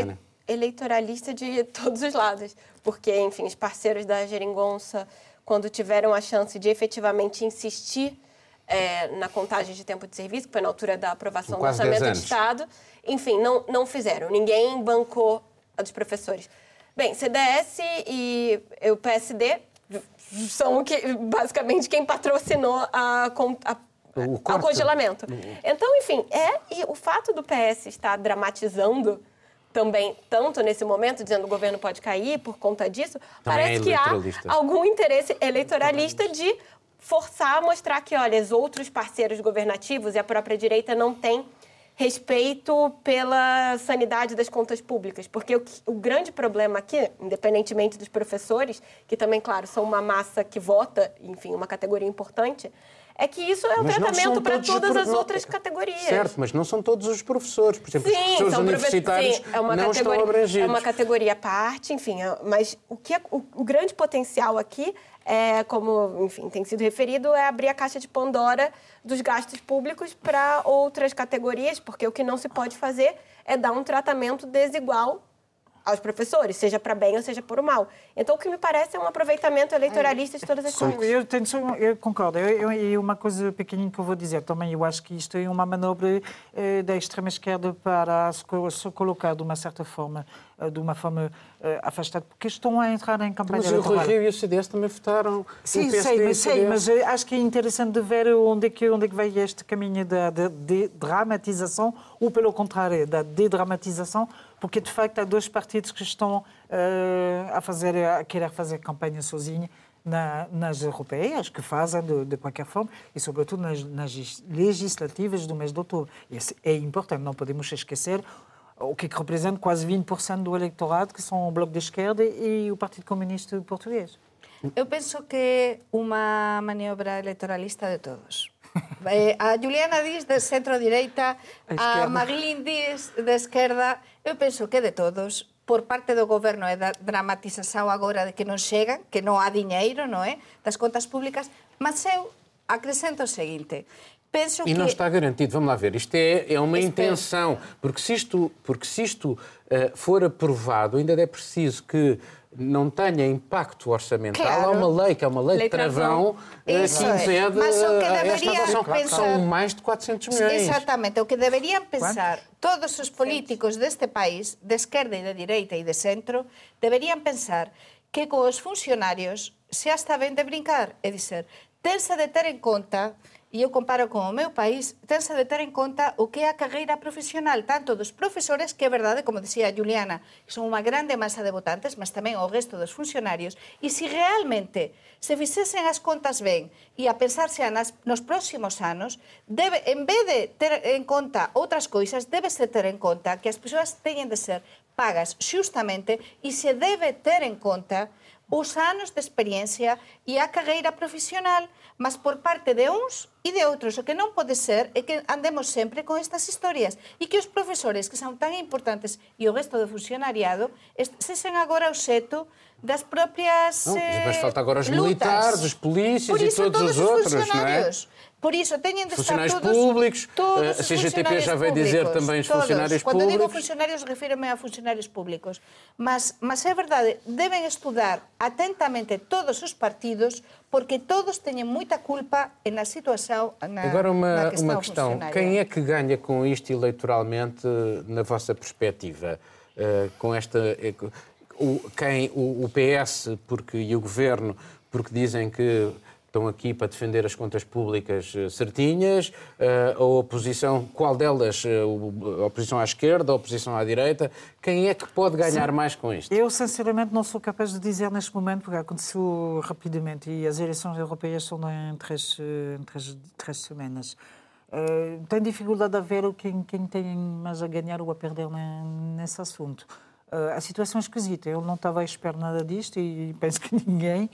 eleitoralista de todos os lados, porque, enfim, os parceiros da geringonça, quando tiveram a chance de efetivamente insistir é, na contagem de tempo de serviço, que foi na altura da aprovação do orçamento do Estado, enfim, não, não fizeram. Ninguém bancou a dos professores. Bem, C D S e o P S D são que, basicamente quem patrocinou a, a, o ao congelamento. Então, enfim, é, e o fato do P S estar dramatizando também, tanto nesse momento, dizendo que o governo pode cair por conta disso, também parece é que há algum interesse eleitoralista de forçar a mostrar que, olha, os outros parceiros governativos e a própria direita não têm respeito pela sanidade das contas públicas. Porque o, o grande problema aqui, independentemente dos professores, que também, claro, são uma massa que vota, enfim, uma categoria importante, é que isso é um tratamento para todas as não, outras categorias. Certo, mas não são todos os professores. Por exemplo, sim, os professores universitários sim, é uma não estão abrangidos. É uma categoria à parte, enfim. É, mas o, que é, o, o grande potencial aqui é, como, enfim, tem sido referido, é abrir a caixa de Pandora dos gastos públicos para outras categorias, porque o que não se pode fazer é dar um tratamento desigual aos professores, seja para bem ou seja por mal. Então, o que me parece é um aproveitamento eleitoralista de todas as coisas. Eu, tenho, eu concordo. E uma coisa pequenina que eu vou dizer também, eu acho que isto é uma manobra eh, da extrema-esquerda para se, se colocar de uma certa forma, de uma forma eh, afastada, porque estão a entrar em campanha mas eleitoral. Mas o Rui Rio e o C D S também votaram. Sim, sei, mas, sei, mas acho que é interessante de ver onde é que, onde é que vai este caminho da de, de dramatização, ou pelo contrário, da dedramatização, porque de facto há dois partidos que estão uh, a, fazer, a querer fazer campanha sozinha na, nas europeias, que fazem de, de qualquer forma, e sobretudo nas, nas legislativas do mês de outubro. Isso é importante, não podemos esquecer o que representa quase vinte por cento do eleitorado, que são o Bloco de Esquerda e o Partido Comunista Português. Eu penso que é uma maniobra eleitoralista de todos. A Juliana diz de centro-direita, a Maglín diz de esquerda. Eu penso que de todos, por parte do goberno é da dramatização agora de que non chegan, que non há dinheiro, non é, das contas públicas, mas eu acrescento o seguinte. Penso e que... não está garantido, vamos lá ver, isto é, é uma Espero. intenção, porque se isto, porque se isto uh, for aprovado, ainda é preciso que não tenha impacto orçamental. Claro. Há uma lei, que é uma lei, lei de travão, Isso que impede Mas o que esta avaliação. Pensar... São mais de quatrocentos milhões. Exatamente. O que deveriam pensar Quanto? todos os políticos deste país, de esquerda e de direita e de centro, deveriam pensar que com os funcionários se está bem de brincar. É dizer, tem-se de ter em conta... E eu comparo com o meu país, tem-se de ter em conta o que é a carreira profissional, tanto dos professores, que é verdade, como dizia a Juliana, que são uma grande massa de votantes, mas também o resto dos funcionários. E se realmente se fizessem as contas bem e a pensar-se nas, nos próximos anos, debe, em vez de ter em conta outras coisas, deve-se ter em conta que as pessoas têm de ser pagas justamente e se deve ter em conta os anos de experiência e a carreira profissional, mas por parte de uns e de outros. O que non pode ser é que andemos sempre con estas historias e que os profesores, que son tan importantes, e o resto do funcionariado, sesen agora o xeto das propias não, eh, mas falta agora os lutas. militares, os polícias Por isso, e todos, todos os outros, não é? Por isso, têm de funcionários estar todos... públicos, todos a C G T P já veio dizer também os todos. funcionários Quando públicos. Quando digo funcionários, refiro-me a funcionários públicos. Mas, mas é verdade, devem estudar atentamente todos os partidos, porque todos têm muita culpa na situação na, Agora uma, na questão uma questão, quem é que ganha com isto eleitoralmente, na vossa perspectiva? Uh, com esta... O, quem, o, o P S porque, e o Governo, porque dizem que estão aqui para defender as contas públicas certinhas, a oposição, qual delas? A oposição à esquerda, a oposição à direita? Quem é que pode ganhar Sim. mais com isto? Eu, sinceramente, não sou capaz de dizer neste momento, porque aconteceu rapidamente e as eleições europeias são em três, em três, três semanas. Uh, tenho dificuldade a ver quem, quem tem mais a ganhar ou a perder nesse assunto. Uh, a situação é esquisita. Eu não estava a esperar nada disto e penso que ninguém.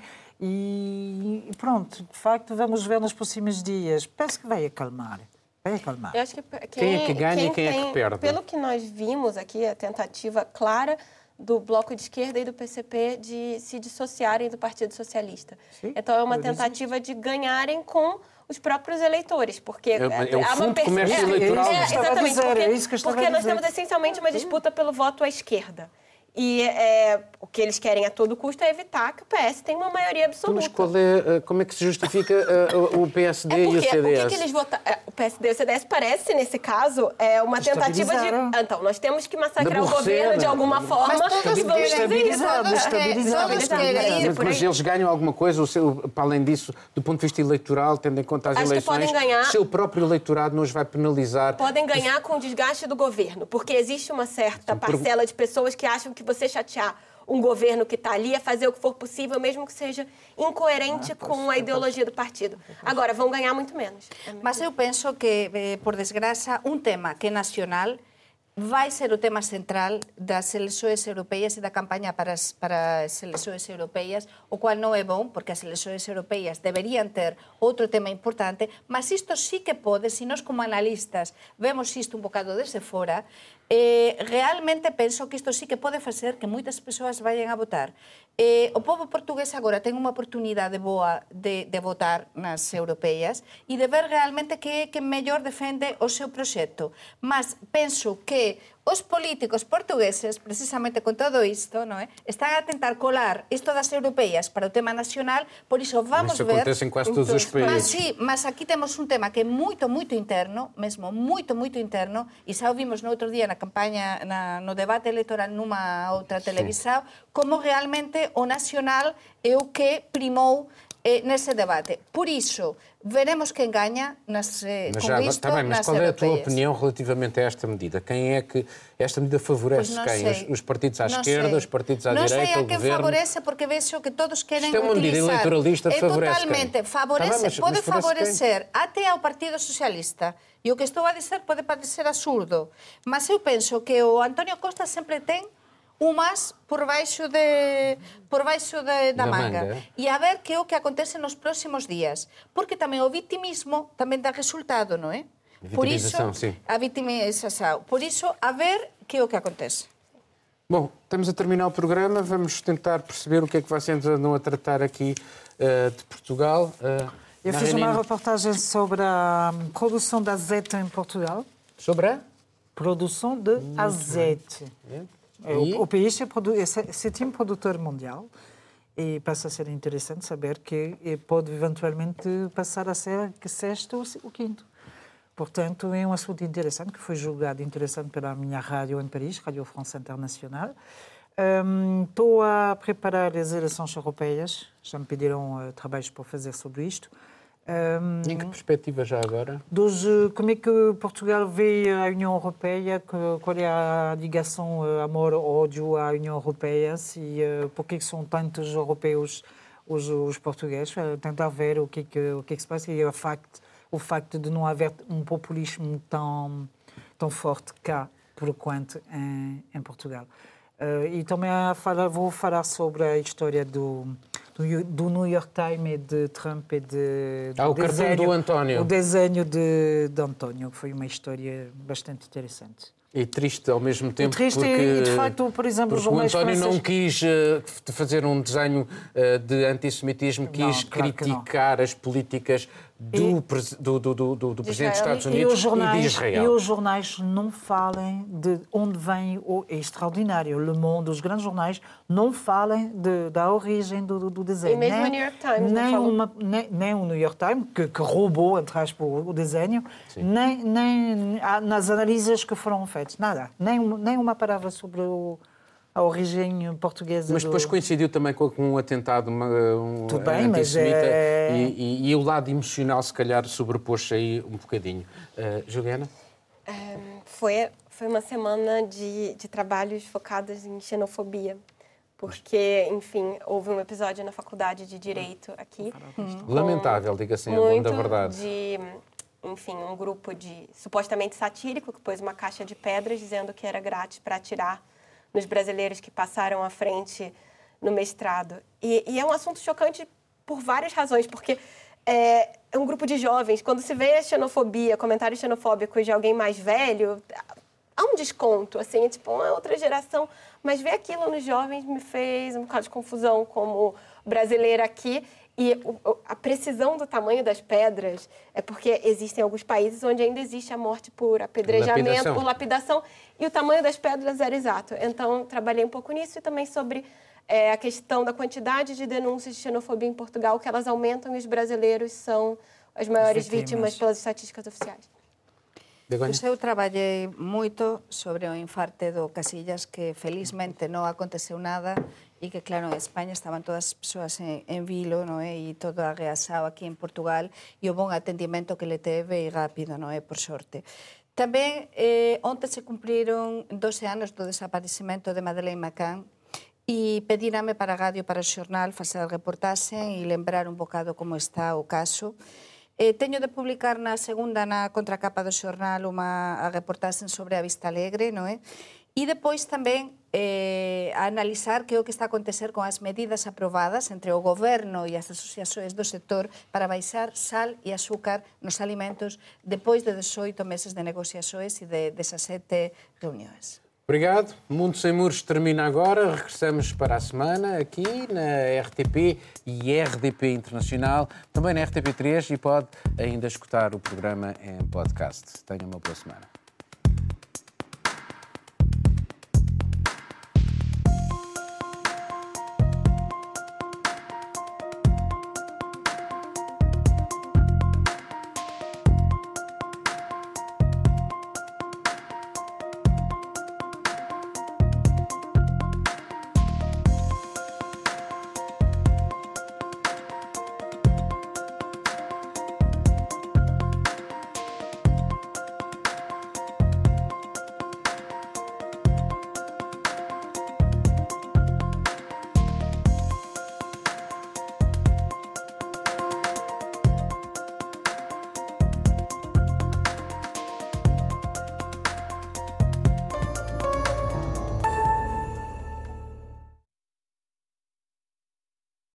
E pronto, de facto, vamos ver nos próximos dias. Penso que vai acalmar. Vai acalmar. Eu acho que quem, quem é que ganha quem e quem tem, é que perde? Pelo que nós vimos aqui, a tentativa clara do Bloco de Esquerda e do P C P de se dissociarem do Partido Socialista. Sim, então, é uma tentativa de ganharem com os próprios eleitores, porque é, é o fundo de comércio eleitoral. É, é, exatamente, dizer, porque, é isso que eu porque nós dizer. temos essencialmente uma disputa pelo voto à esquerda. E é, o que eles querem a todo custo é evitar que o P S tenha uma maioria absoluta. Mas qual é, como é que se justifica uh, o P S D é porque, e o C D S? O que, que eles votaram? O P S D e o C D S parece, nesse caso, é uma tentativa de... Então, nós temos que massacrar o governo de alguma forma. Mas todos querem estabilizar, estabilizar. Mas eles ganham alguma coisa, o seu, para além disso, do ponto de vista eleitoral, tendo em conta as Acho eleições, que podem ganhar, o seu próprio eleitorado não os vai penalizar. Podem ganhar com o desgaste do governo, porque existe uma certa parcela de pessoas que acham que você chatear um governo que está ali é fazer o que for possível, mesmo que seja incoerente ah, posso, com a ideologia posso. do partido. Agora, vão ganhar muito menos. É muito Mas eu penso que, eh, por desgraça, um tema que é nacional vai ser o tema central das eleições europeias e da campanha para as, para as eleições europeias, o qual não é bom, porque as eleições europeias deveriam ter outro tema importante, mas isto sí que pode, se nós como analistas vemos isto um bocado desde fora, eh, realmente penso que isto sí que pode fazer que moitas persoas vayan a votar. Eh, o povo portugués agora ten unha oportunidade boa de, de votar nas europeias e de ver realmente que é que mellor defende o seu proxecto. Mas penso que os políticos portugueses, precisamente con todo isto, non é? Están a tentar colar isto das europeias para o tema nacional, por iso vamos Isso ver... acontece em quase todos os países. Mas, sí, mas aquí temos un tema que é moito, moito interno, mesmo moito, moito interno, e xa o vimos no outro día na campaña, na, no debate electoral nunha outra televisão, sí. Como realmente o nacional é o que primou eh, nesse debate. Por iso, veremos quem ganha nas, eh, mas com já, isto tá bem, mas nas qual é a tua europeias. opinião relativamente a esta medida? Quem é que esta medida favorece? Quem? Os, os partidos à não esquerda, sei. os partidos à não direita, sei a o quem governo? favorece, porque vejo que todos querem Isto é uma medida utilizar. eleitoralista, é favorece totalmente. quem? Favorece, Tá bem, mas, pode mas favorecer quem? até ao Partido Socialista. E o que estou a dizer pode parecer absurdo. Mas eu penso que o António Costa sempre tem umas por baixo, de, por baixo de, da, da manga. manga. E a ver que é o que acontece nos próximos días. Porque também o vitimismo também dá resultado, não é? Por isso, sim. A vitimização. Por isso, a ver que é o que acontece. Bom, estamos a terminar o programa. Vamos tentar perceber o que é que vocês andam a tratar aqui uh, de Portugal. Uh, Eu fiz uma reportagem sobre a produção de azeite em Portugal. Sobre a? Produção de Muito azeite. Bem. O, o país é o sétimo produtor mundial e passa a ser interessante saber que pode eventualmente passar a ser o sexto ou o quinto. Portanto, é um assunto interessante que foi julgado interessante pela minha rádio em Paris, Rádio France Internacional. Um, estou a preparar as eleições europeias, já me pediram uh, trabalhos para fazer sobre isto. Um, em que perspectiva já agora? Dos, como é que Portugal vê a União Europeia, qual é a ligação amor-ódio à União Europeia, se, uh, por que são tantos europeus os, os portugueses, uh, tentar ver o que, é que, o que, é que se passa e o facto, o facto de não haver um populismo tão, tão forte cá, por quanto em, em Portugal. Uh, e também a falar, vou falar sobre a história do... do New York Times e de Trump e de... Ah, o cartão do António. O desenho de, de António, que foi uma história bastante interessante. E triste ao mesmo tempo, e triste porque, e, de facto, por exemplo, porque o António não quis uh, fazer um desenho uh, de antissemitismo, quis não, claro criticar as políticas do, e, do, do, do, do Presidente dos Estados Unidos e, os jornais, e de Israel. E os jornais não falem de onde vem o... É extraordinário. Le Monde, os grandes jornais, não falem de, da origem do, do desenho. E mesmo nem, o New York Times nem não uma, nem, nem o New York Times, que, que roubou, entre aspas, o desenho, nem, nem nas análises que foram feitas. Nada. Nem, nem uma palavra sobre o... a origem portuguesa. Mas depois do... coincidiu também com um atentado um, Tudo bem, antissemita mas é... e, e, e o lado emocional, se calhar, sobrepôs-se aí um bocadinho. Uh, Juliana? Um, foi, foi uma semana de, de trabalhos focados em xenofobia. Porque, enfim, houve um episódio na faculdade de Direito aqui. Hum. Lamentável, diga-se em nome da verdade. De, enfim, um grupo de supostamente satírico que pôs uma caixa de pedras dizendo que era grátis para atirar nos brasileiros que passaram à frente no mestrado. E, e é um assunto chocante por várias razões, porque é, é um grupo de jovens. Quando se vê a xenofobia, comentários xenofóbicos de alguém mais velho, há um desconto, assim, é tipo uma outra geração, mas ver aquilo nos jovens me fez um bocado de confusão como brasileira aqui. E a precisão do tamanho das pedras é porque existem alguns países onde ainda existe a morte por apedrejamento, lapidação. por lapidação, e o tamanho das pedras era exato. Então, trabalhei um pouco nisso e também sobre é, a questão da quantidade de denúncias de xenofobia em Portugal, que elas aumentam e os brasileiros são as maiores vítimas. vítimas pelas estatísticas oficiais. Pois eu traballei moito sobre o infarte do Casillas, que felizmente non aconteceu nada e que, claro, en España estaban todas as persoas en, en vilo, non é? E todo arreasado aquí en Portugal e o bon atendimento que le teve e rápido, non é? Por sorte. Tamén, eh, onte se cumpriron doce anos do desaparecimento de Madeleine McCann e pedírame para a radio, para o xornal, facer a reportaxe e lembrar un bocado como está o caso. Eh, teño de publicar na segunda, na contracapa do xornal, unha a reportaxe sobre a Vista Alegre, non é? E depois tamén eh, a analizar que é o que está a acontecer con as medidas aprobadas entre o goberno e as asociações do sector para baixar sal e azúcar nos alimentos depois de dezoito meses de negociações e de dezasete reuniões. Obrigado. Mundo Sem Muros termina agora. Regressamos para a semana aqui na R T P e R D P Internacional, também na R T P três, e pode ainda escutar o programa em podcast. Tenha uma boa semana.